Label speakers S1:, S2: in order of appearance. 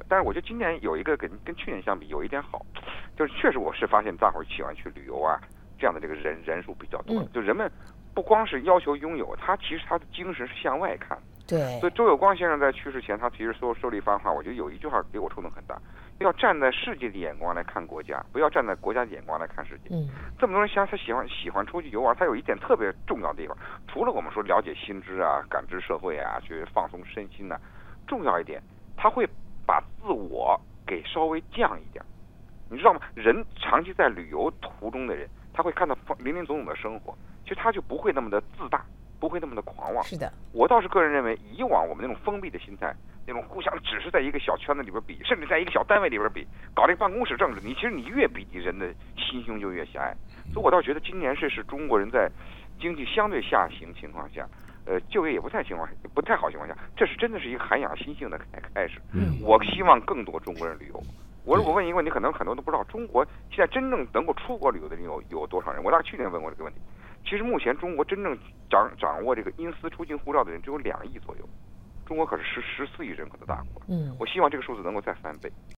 S1: 但是我觉得今年有一个跟去年相比有一点好，就是确实我是发现大伙儿喜欢去旅游啊，这样的这个人数比较多，就人们不光是要求拥有，其实他的精神是向外看。
S2: 对，
S1: 所以周有光先生在去世前，他其实说了一番话，我觉得有一句话给我触动很大，要站在世界的眼光来看国家，不要站在国家的眼光来看世界。这么多人他喜欢出去游玩，他有一点特别重要的地方，除了我们说了解新知啊、感知社会啊、去放松身心呢，重要一点，他会把自我给稍微降一点。你知道吗？人长期在旅游途中的人，他会看到林林总总的生活，其实他就不会那么的自大，不会那么的狂妄。
S2: 是的，
S1: 我倒是个人认为，以往我们那种封闭的心态，那种互相只是在一个小圈子里边比，甚至在一个小单位里边比，搞这个办公室政治，其实你越比，你人的心胸就越狭隘。所以我倒觉得今年是中国人在经济相对下行情况下，就业也不太好情况下，这是真的是一个涵养心性的开始。我希望更多中国人旅游。我如果问一个问题，可能很多人都不知道，中国现在真正能够出国旅游的人有多少人？我大概去年问过这个问题。其实目前中国真正掌握这个因私出境护照的人只有2亿左右，中国可是14亿人口的大国。我希望这个数字能够再3倍。